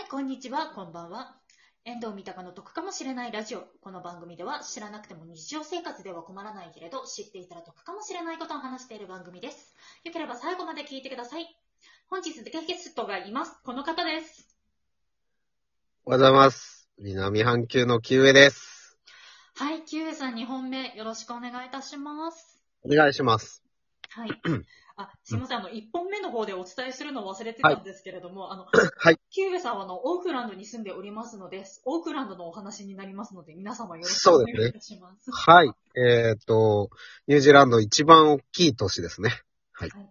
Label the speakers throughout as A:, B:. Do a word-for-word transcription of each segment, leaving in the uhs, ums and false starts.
A: こんにちは、こんばんは。遠藤三鷹の得かもしれないラジオ。この番組では知らなくても日常生活では困らないけれど、知っていたら得かもしれないことを話している番組です。よければ最後まで聞いてください。本日ゲストがいます。この方です。
B: おはようございます。南半球のキウエです。
A: はい、キウエさんにほんめよろしくお願いいたします。
B: お願いします。
A: はい。あ、すいません。あの、いっぽんめの方でお伝えするのを忘れてたんですけれども、はい、あの、
B: はい。
A: キウエさんはあの、オークランドに住んでおりますので、オークランドのお話になりますので、皆様よろしくお願いいたします。すね、
B: はい。えっ、ー、と、ニュージーランド一番大きい都市ですね。はい。はい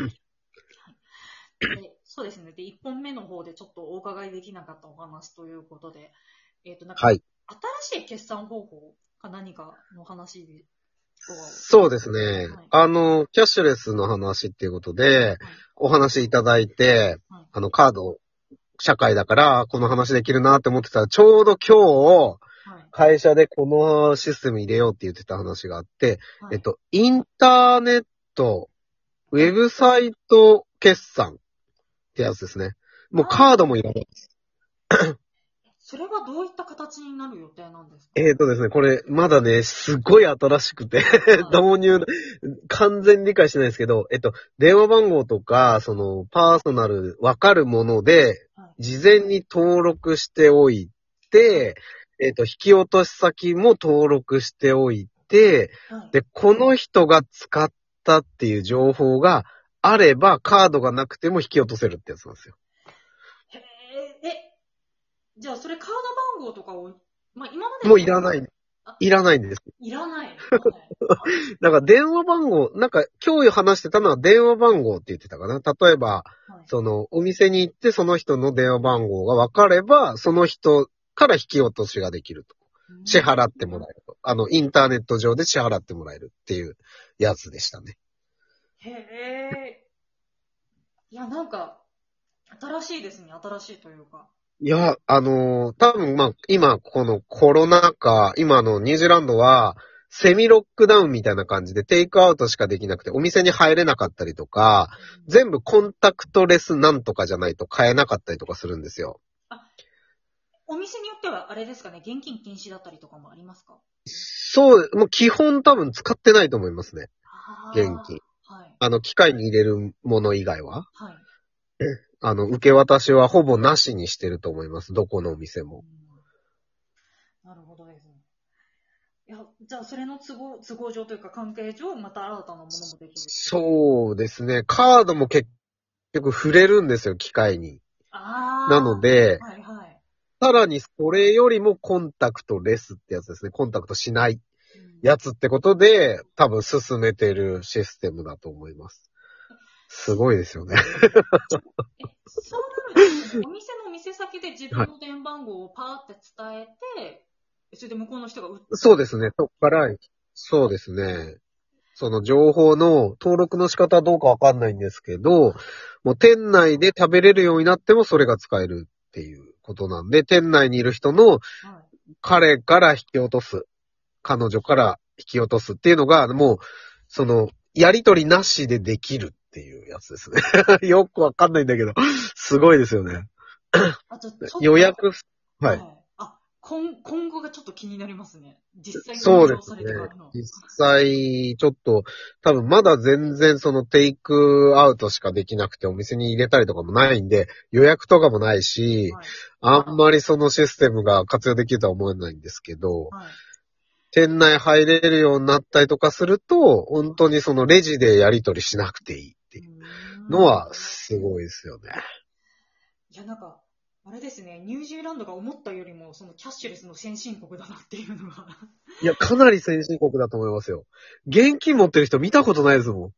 A: はい、でそうですね。で、いっぽんめの方でちょっとお伺いできなかったお話ということで、えっ、ー、と、なんか、はい、新しい決算方法か何かの話で、
B: そうですね、はい。あの、キャッシュレスの話っていうことで、はい、お話いただいて、はい、あの、カード、社会だから、この話できるなって思ってたら、ちょうど今日、会社でこのシステム入れようって言ってた話があって、はい、えっと、インターネット、ウェブサイト決算ってやつですね。もうカードもいらないです。
A: それはどういった形になる予定なんですか？
B: えーとですね、これ、まだね、すごい新しくて、導入、完全に理解してないですけど、えっと、電話番号とか、その、パーソナル、わかるもので、事前に登録しておいて、えっと、引き落とし先も登録しておいて、で、この人が使ったっていう情報があれば、カードがなくても引き落とせるってやつなんですよ。
A: へえ、え、じゃあそれカード番号とかを、まあ、今まで
B: もういらない。いらないんです。
A: いらない。はい、
B: なんか電話番号、なんか今日話してたのは電話番号って言ってたかな。例えば、はい、そのお店に行ってその人の電話番号が分かれば、その人から引き落としができると。支払ってもらえると。あの、インターネット上で支払ってもらえるっていうやつでしたね。
A: へえ。いや、なんか、新しいですね。新しいというか。
B: いや、あのー、多分まあ、今このコロナ禍、今のニュージーランドは、セミロックダウンみたいな感じでテイクアウトしかできなくて、お店に入れなかったりとか、全部コンタクトレスなんとかじゃないと買えなかったりとかするんですよ。あ、
A: お店によってはあれですかね、現金禁止だったりとかもありますか？
B: そう、もう基本多分使ってないと思いますね。現金。はい、あの、機械に入れるもの以外は。はい。あの、受け渡しはほぼなしにしてると思います。どこのお店も。
A: なるほどですね。いや、じゃあそれの都合、都合上というか関係上、また新たなものもできる。
B: そうですね。カードも結局触れるんですよ、機械に。あなので、はいはい、さらにそれよりもコンタクトレスってやつですね。コンタクトしないやつってことで、多分進めてるシステムだと思います。すごいですよね。
A: え、そうなると、お店の店先で自分の電話番号をパーって伝えて、はい、それで向こうの人が打って。
B: そうですね。そっから、そうですね。その情報の登録の仕方はどうかわかんないんですけど、もう店内で食べれるようになってもそれが使えるっていうことなんで、店内にいる人の彼から引き落とす、彼女から引き落とすっていうのが、もう、その、やりとりなしでできるっていうやつですね。よくわかんないんだけど、すごいですよね。あと予約、はい。はい
A: 今, 今後がちょっと気になりますね。実際
B: に運用されてからの。そうですね。実際、ちょっと、多分まだ全然そのテイクアウトしかできなくてお店に入れたりとかもないんで、予約とかもないし、はい、あんまりそのシステムが活用できるとは思えないんですけど、はい、店内入れるようになったりとかすると、本当にそのレジでやり取りしなくていいっていうのはすごいですよね。
A: いや、なんか、あれですね、ニュージーランドが思ったよりも、そのキャッシュレスの先進国だなっていうのが。
B: いや、かなり先進国だと思いますよ。現金持ってる人見たことないですもん。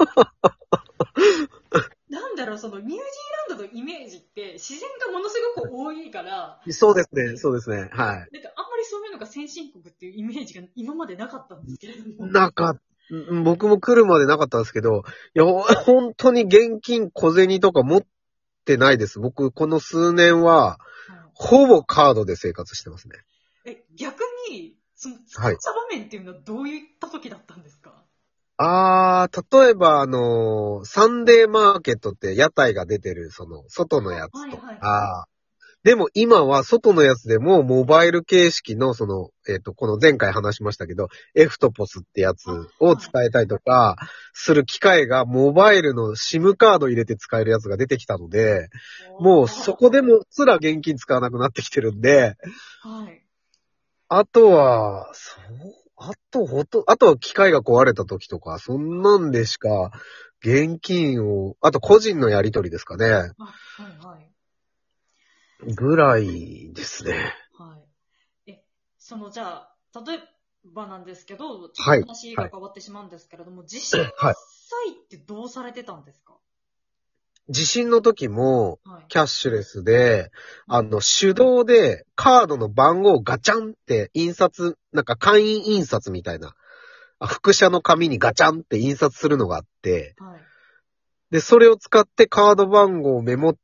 A: なんだろう、そのニュージーランドのイメージって、自然がものすごく多いから。
B: そうですね、そうですね、はい。なんか
A: あんまりそういうのが先進国っていうイメージが今までなかったんですけれども。
B: なかった。僕も来るまでなかったんですけど、いや、本当に現金小銭とか持ってないです。僕、この数年は、ほぼカードで生活してますね。
A: え、逆に、その使った場面っていうのはどういった時だったんですか？はい、
B: あー、例えば、あのー、サンデーマーケットって屋台が出てる、その、外のやつとか、はいはいはい、 でも今は外のやつでもモバイル形式のその、えっ、と、この前回話しましたけど、エフトポスってやつを使えたりとか、する機械がモバイルの SIM カード入れて使えるやつが出てきたので、もうそこでもすら現金使わなくなってきてるんで、
A: はい。
B: あとは、そう、あとほと、あとは機械が壊れた時とか、そんなんでしか、現金を、あと個人のやり取りですかね。
A: あ、はいはい。
B: ぐらいですね。
A: はい。え、そのじゃあ、例えばなんですけど、ちょっ
B: はい。
A: と話
B: はい。
A: が変わってしまうんですけれども、地震の
B: はい。
A: 際ってどうされてたんですか？
B: 地震の時も、
A: はい。
B: キャッシュレスで、
A: はい。
B: あの、手動でカードの番号をガチャンって印刷、なんか簡易印刷みたいな、あ複写の紙にガチャンって印刷するのがあって、
A: はい。
B: で、それを使ってカード番号をメモって、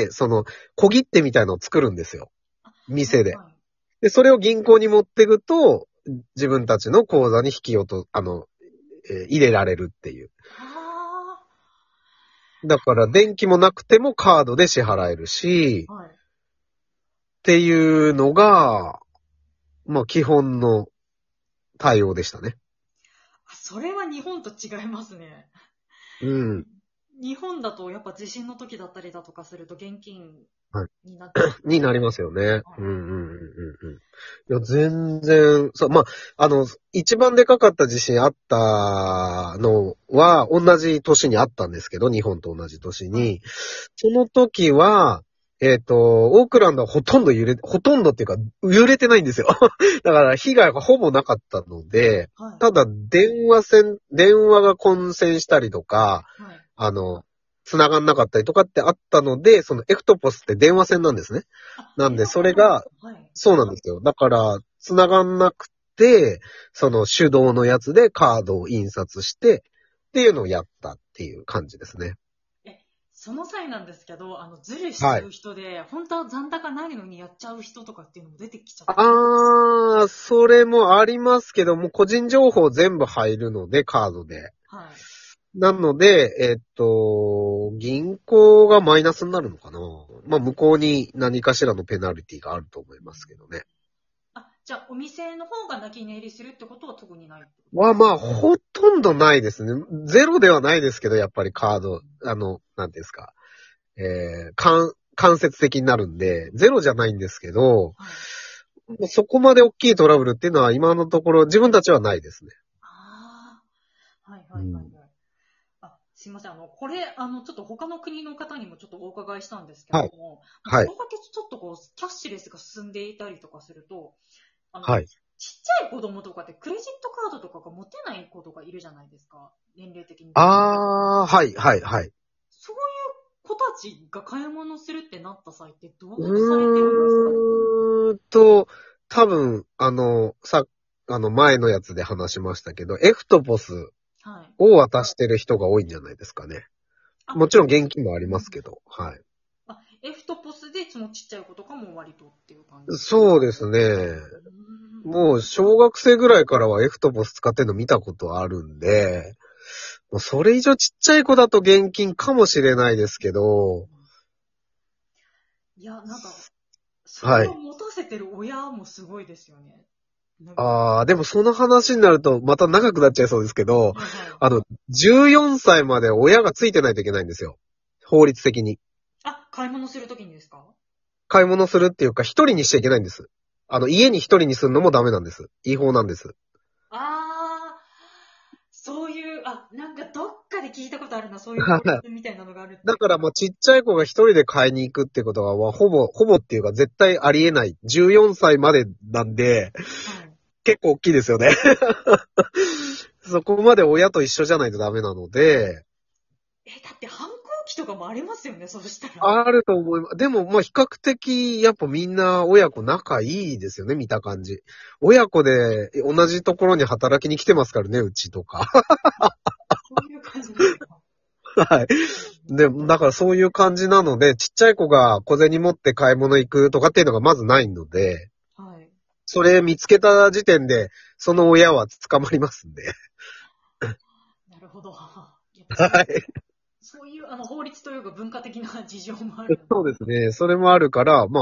B: その、小切手みたいのを作るんですよ。
A: あ、はい
B: 店で。
A: はい。
B: で、それを銀行に持っていくと、自分たちの口座に引き落と、あの、えー入れられるっていう。
A: あ
B: だから、電気もなくてもカードで支払えるし、
A: あ、はい。
B: っていうのが、まあ、基本の対応でしたね。
A: あ、それは日本と違いますね。
B: うん。
A: 日本だとやっぱ地震の時だったりだとかすると現金
B: はい。
A: になっちゃう。
B: になりますよね。
A: はい。
B: うんうんうんうんうん。いや、全然、そう、まあ、あの、一番でかかった地震あったのは、同じ年にあったんですけど、日本と同じ年
A: はい。
B: に。その時は、えっと、オークランドはほとんど揺れ、ほとんどっていうか、揺れてないんですよ。だから被害がほぼなかったので、
A: はい。
B: ただ電話線、電話が混線したりとか、
A: はい。
B: あの、繋がんなかったりとかってあったので、そのエクトポスって電話線なんですね。
A: あ、
B: なんで、
A: 電話
B: それが、
A: 線なんですか？はい。
B: そうなんですよ。だから、繋がんなくて、その手動のやつでカードを印刷して、っていうのをやったっていう感じですね。
A: え、その際なんですけど、あの、ズルしち
B: はい。
A: ゃう人で、本当は残高ないのにやっちゃう人とかっていうのも出てきちゃったり。
B: あー、それもありますけども、個人情報全部入るので、カードで。
A: はい。
B: なので、えっと、銀行がマイナスになるのかな。まあ、向こうに何かしらのペナルティがあると思いますけどね。
A: あ、じゃあお店の方が泣き寝入りするってことは特にないってこと？
B: は、まあ、ほとんどないですね。ゼロではないですけど、やっぱりカード、あの、なんていうんですか。えー、間、間接的になるんで、ゼロじゃないんですけど、
A: はい。
B: そこまで大きいトラブルっていうのは今のところ自分たちはないですね。
A: ああ、はいはいはい
B: うん。
A: はい。あ、すいません。あの、これ、あの、ちょっと他の国の方にもちょっとお伺いしたんですけれ
B: はい。
A: ども、まあ
B: はい。
A: これだけちょっとこう、キャッシュレスが進んでいたりとかすると、あの、
B: はい。
A: ちっちゃい子供とかってクレジットカードとかが持てない子とかいるじゃないですか。年齢的に。
B: あー、はい、はい、はい。
A: そういう子たちが買い物するってなった際ってどうされてるんですかね？
B: うーんと、多分、あの、さ、あの、前のやつで話しましたけど、エフトポス
A: はい。
B: を渡してる人が多いんじゃないですかね。
A: あ、
B: もちろん現金もありますけど、はい。
A: あ、エフトポスでそのちっちゃい子とかも割とっていう感じ。
B: そうですね。
A: うーん。
B: もう、小学生ぐらいからはエフトポス使ってるの見たことあるんで、もうそれ以上ちっちゃい子だと現金かもしれないですけど、
A: いや、なんか、それを
B: はい。
A: 持たせてる親もすごいですよね。なんか、
B: ああ、でもその話になるとまた長くなっちゃいそうですけど、
A: はいはい。
B: あの、じゅうよんさいまで親がついてないといけないんですよ。法律的に。
A: あ、買い物するときにですか？
B: 買い物するっていうか、一人にしちゃいけないんです。あの、家に一人にするのもダメなんです。違法なんです。
A: あー、そういう、あ、なんかどっかで聞いたことあるな、そういう法律
B: はい。
A: みたいなのがあるって。
B: だからもうちっちゃい子が一人で買いに行くってことは、まあほぼ、ほぼっていうか絶対ありえない。じゅうよんさいまでなんで、
A: はい。
B: 結構大きいですよね。そこまで親と一緒じゃないとダメなので、
A: え、だって反抗期とかもありますよね、そうしたら。
B: あると思います。でも、まあ、比較的、やっぱみんな親子仲いいですよね、見た感じ。親子で同じところに働きに来てますからね、うちとか。
A: そういう感じなんですか。
B: はい。で、だからそういう感じなので、ちっちゃい子が小銭持って買い物行くとかっていうのがまずないので、
A: はい。
B: それ見つけた時点で、その親は捕まりますんで。
A: なるほど。やっぱそういう、
B: はい。
A: そういうあの法律というか文化的な事情もあるんで。
B: そうですね。それもあるから、まあ、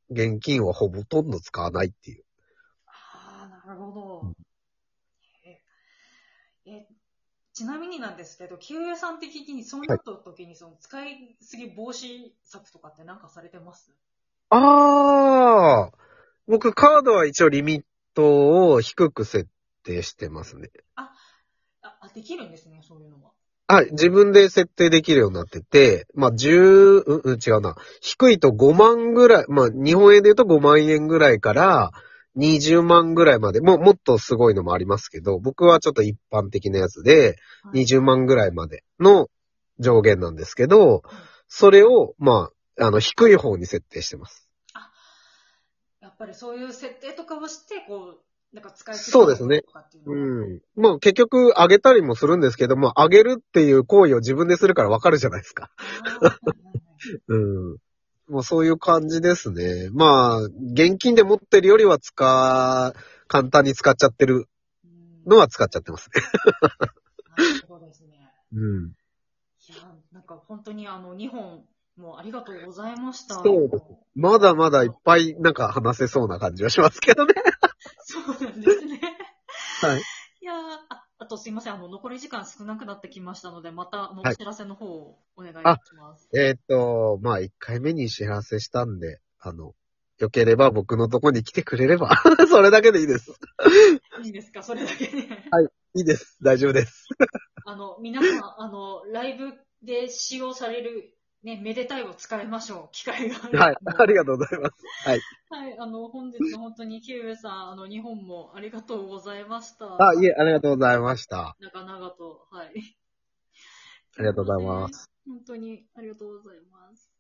B: 現金はほぼとんど使わないっていう。
A: ああ、なるほど。え、えちなみになんですけど、清江さん的にそうなった時にその使いすぎ防止策とかって何かされてます？
B: ああ、僕カードは一応リミットを低く設定してますね。
A: あ、あ、あできるんですね、そういうのは。
B: あ、自分で設定できるようになってて、まあ、じゅう、うん、うん違うな。低いとごまんぐらい、まあ、日本円で言うとごまん円ぐらいからにじゅうまんぐらいまで、もう、もっとすごいのもありますけど、僕はちょっと一般的なやつで、
A: はい。
B: にじゅうまんぐらいまでの上限なんですけど、
A: はい。
B: それを、まあ、あの、低い方に設定してます。
A: あ、やっぱりそういう設定とかをして、こう、なんか使いすぎないように
B: そうですね。
A: とかっていうのが。
B: うん。まあ結局上げたりもするんですけども、上げるっていう行為を自分でするからわかるじゃないですか。
A: ああ、はいはいはい。
B: うん。もうそういう感じですね。まあ、現金で持ってるよりは使、簡単に使っちゃってる
A: うん、
B: のは使っちゃってますね。
A: なるほどですね。
B: うん。
A: いや、なんか本当にあの、にほんもありがとうございました。
B: そうです。まだまだいっぱいなんか話せそうな感じはしますけどね。
A: そうなんですね。
B: はい。
A: いやー、あ、あとすいません、あの、残り時間少なくなってきましたので、また、あの、お
B: はい。
A: 知らせの方をお願いいた
B: あ、
A: します。
B: えーっと、まあいっかいめに知らせしたんで、あの、よければ僕のとこに来てくれれば、それだけでいいです。
A: いいですか、それだけで。
B: はい。いいです。大丈夫です。
A: あの、皆さん、あの、ライブで使用される、ね、めでたいを使いましょう。機会があれば。
B: はい。ありがとうございます。はい。
A: はい、あの、本日本当にキウエさん、あの、日本もありがとうございました。
B: あ、いえ、ありがとうございました。
A: 長々と、はい。すい
B: ありがとうござい
A: ません。
B: ます。
A: 本当にありがとうございます。